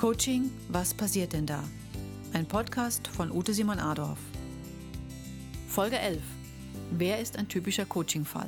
Coaching, was passiert denn da? Ein Podcast von Ute Simon Adorf. Folge 11. Wer ist ein typischer Coaching-Fall?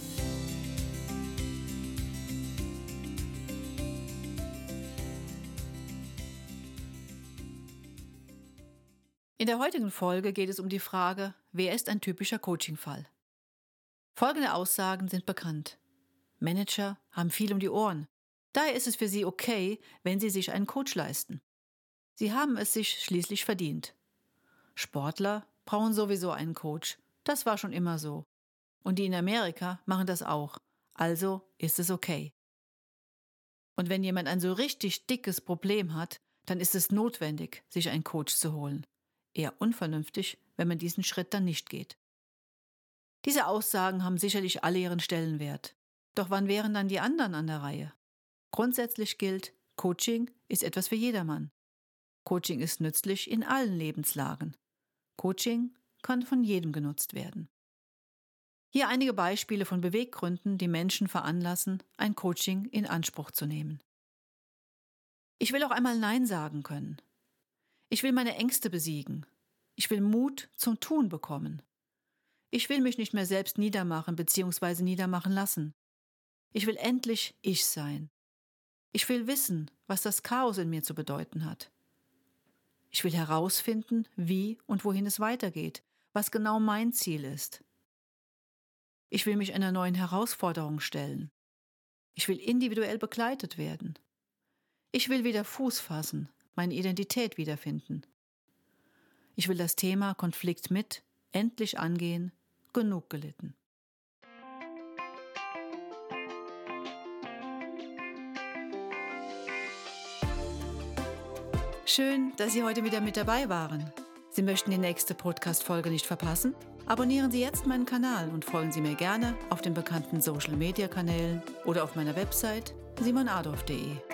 In der heutigen Folge geht es um die Frage, wer ist ein typischer Coaching-Fall? Folgende Aussagen sind bekannt. Manager haben viel um die Ohren. Daher ist es für sie okay, wenn sie sich einen Coach leisten. Sie haben es sich schließlich verdient. Sportler brauchen sowieso einen Coach. Das war schon immer so. Und die in Amerika machen das auch. Also ist es okay. Und wenn jemand ein so richtig dickes Problem hat, dann ist es notwendig, sich einen Coach zu holen. Eher unvernünftig, wenn man diesen Schritt dann nicht geht. Diese Aussagen haben sicherlich alle ihren Stellenwert. Doch wann wären dann die anderen an der Reihe? Grundsätzlich gilt, Coaching ist etwas für jedermann. Coaching ist nützlich in allen Lebenslagen. Coaching kann von jedem genutzt werden. Hier einige Beispiele von Beweggründen, die Menschen veranlassen, ein Coaching in Anspruch zu nehmen. Ich will auch einmal Nein sagen können. Ich will meine Ängste besiegen. Ich will Mut zum Tun bekommen. Ich will mich nicht mehr selbst niedermachen bzw. niedermachen lassen. Ich will endlich ich sein. Ich will wissen, was das Chaos in mir zu bedeuten hat. Ich will herausfinden, wie und wohin es weitergeht, was genau mein Ziel ist. Ich will mich einer neuen Herausforderung stellen. Ich will individuell begleitet werden. Ich will wieder Fuß fassen, meine Identität wiederfinden. Ich will das Thema Konflikt mit endlich angehen, genug gelitten. Schön, dass Sie heute wieder mit dabei waren. Sie möchten die nächste Podcast-Folge nicht verpassen? Abonnieren Sie jetzt meinen Kanal und folgen Sie mir gerne auf den bekannten Social-Media-Kanälen oder auf meiner Website simonadorf.de.